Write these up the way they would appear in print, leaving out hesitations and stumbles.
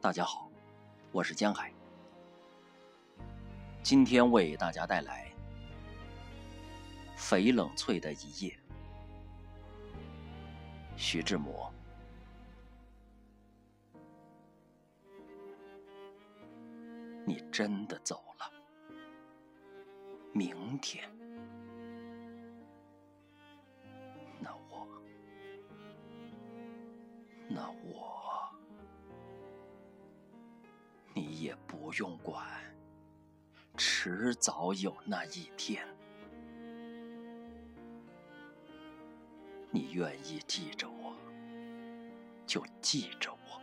大家好，我是江海。今天为大家带来翡冷翠的一夜。徐志摩。你真的走了，明天，那我，你也不用管，迟早有那一天。你愿意记着我，就记着我，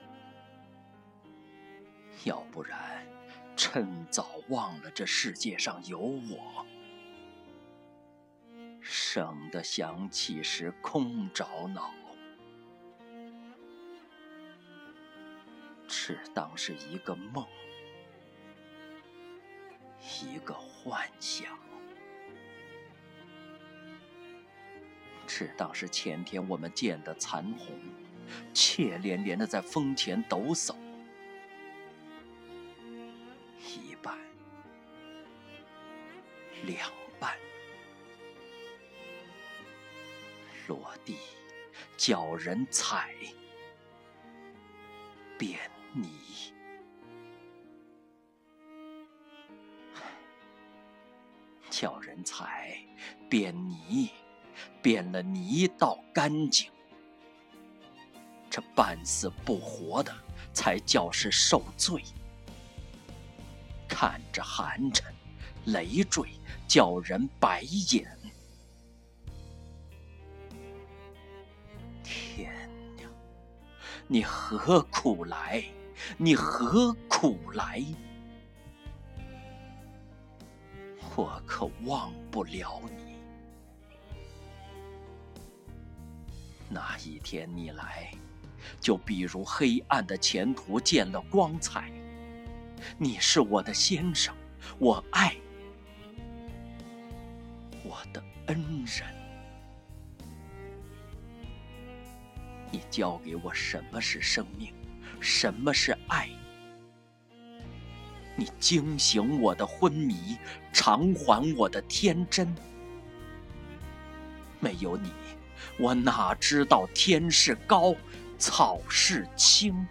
要不然趁早忘了这世界上有我，省得想起时空着脑，只当是一个梦，一个幻想，只当是前天我们见的残红，怯连连的在风前抖擞，一半，两半，落地叫人踩，便泥，叫人踩，便泥，变了泥道干净。这半死不活的才叫是受罪，看着寒碜累赘，叫人白眼。天呀，你何苦来？你何苦来？我可忘不了你。那一天你来，就比如黑暗的前途见了光彩。你是我的先生，我爱，我的恩人。你教给我什么是生命，什么是爱。你惊醒我的昏迷，偿还我的天真。没有你，我哪知道天是高，草是青。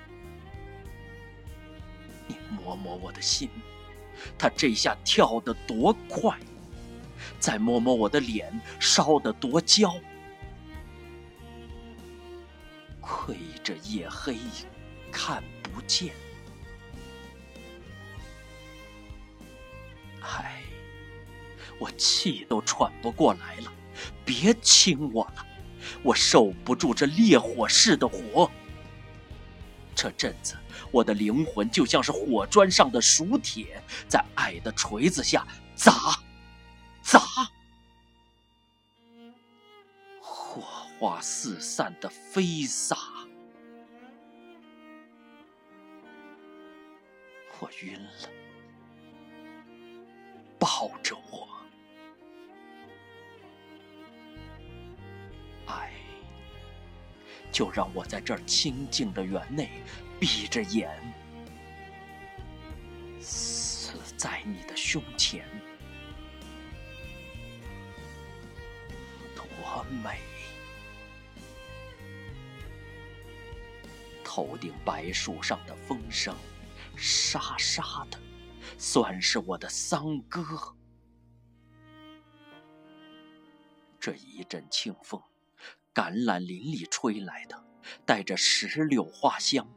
你摸摸我的心，它这下跳得多快，再摸摸我的脸，烧得多焦。亏着夜黑，看不见。唉，我气都喘不过来了，别亲我了，我受不住这烈火似的火。这阵子我的灵魂就像是火砖上的熟铁，在爱的锤子下砸，火花四散的飞洒。我晕了，抱着我。爱，就让我在这儿清静的园内闭着眼，死在你的胸前。多美！头顶白树上的风声，沙沙的，算是我的丧歌。这一阵清风，橄榄林里吹来的，带着石榴花香，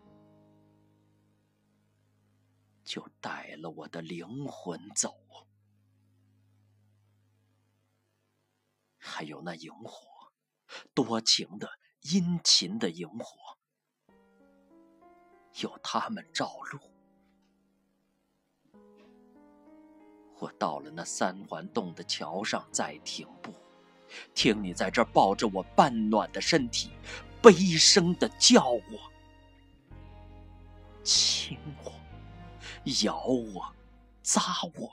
就带了我的灵魂走。还有那萤火，多情的殷勤的萤火，有他们照路。我到了那三环洞的桥上再停步，听你在这儿抱着我半暖的身体，悲声地叫我，亲我，咬我，扎我。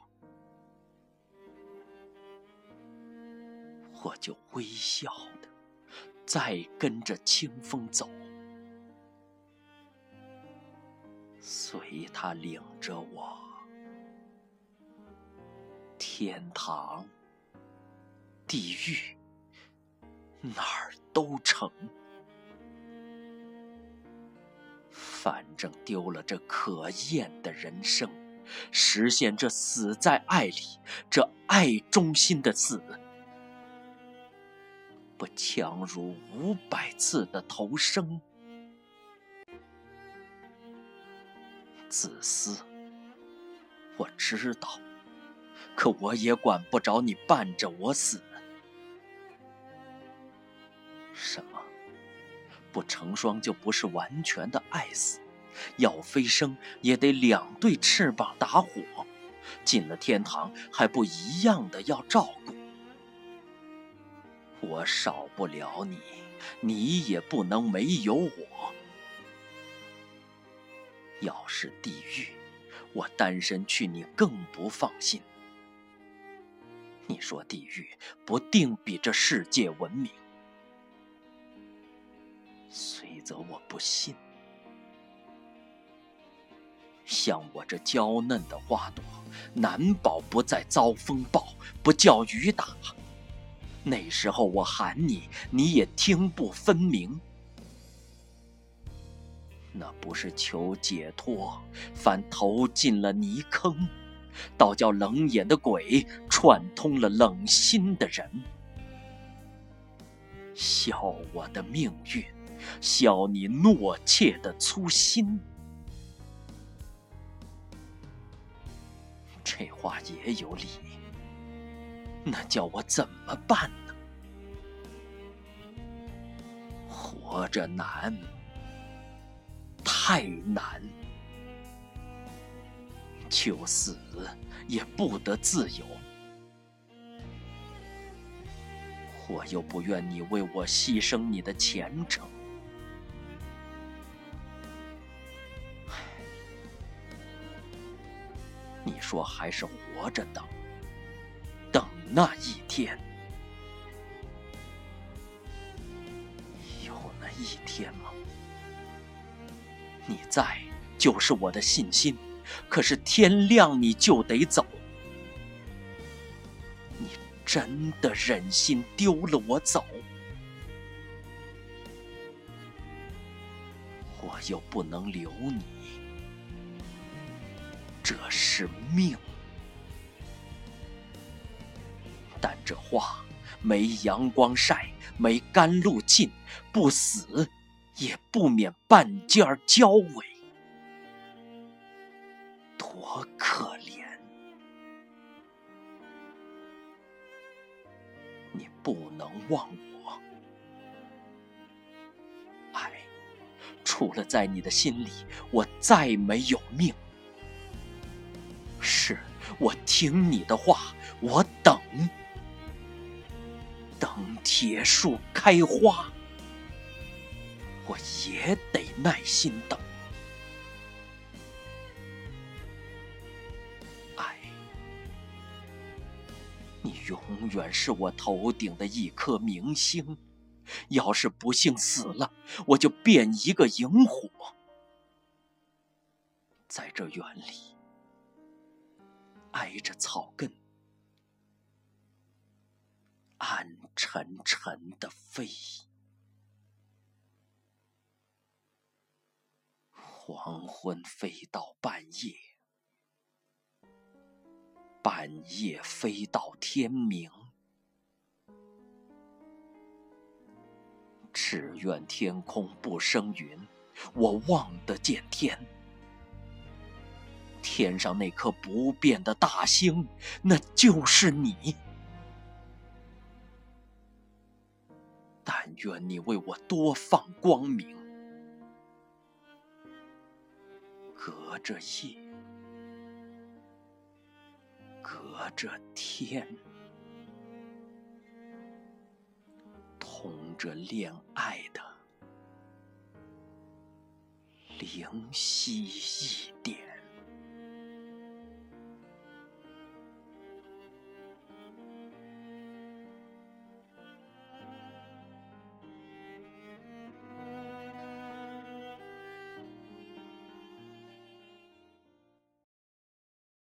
我就微笑的再跟着清风走。 随他领着我，天堂、地狱，哪儿都成。反正丢了这可厌的人生，实现这死在爱里，这爱中心的死，不强如500次的投生。自私，我知道，可我也管不着你伴着我死。什么？不成双就不是完全的爱死，要飞升也得2对翅膀打火，进了天堂还不一样的要照顾。我少不了你，你也不能没有我。要是地狱，我单身去你更不放心。你说地狱不定比这世界文明，虽则我不信。像我这娇嫩的花朵，难保不再遭风暴，不叫雨打。那时候我喊你，你也听不分明。那不是求解脱，反投进了泥坑，倒叫冷眼的鬼串通了冷心的人。笑我的命运，笑你懦怯的粗心。这话也有理，那叫我怎么办呢？活着难，太难，就死也不得自由。我又不愿你为我牺牲你的前程。你说还是活着等，等那一天。有那一天吗？你在就是我的信心，可是天亮你就得走。你真的忍心丢了我走？我又不能留你，这是命。但这花没阳光晒，没甘露浸，不死也不免半截焦萎。多可怜！你不能忘我。爱，除了在你的心里，我再没有命。是，我听你的话，我等铁树开花，我也得耐心等。爱，你永远是我头顶的一颗明星，要是不幸死了，我就变一个萤火，在这园里挨着草根，暗沉沉的飞。黄昏飞到半夜，半夜飞到天明。只愿天空不生云，我望得见天。天上那颗不变的大星，那就是你。但愿你为我多放光明。隔着夜，隔着天，同着恋爱的灵犀一点。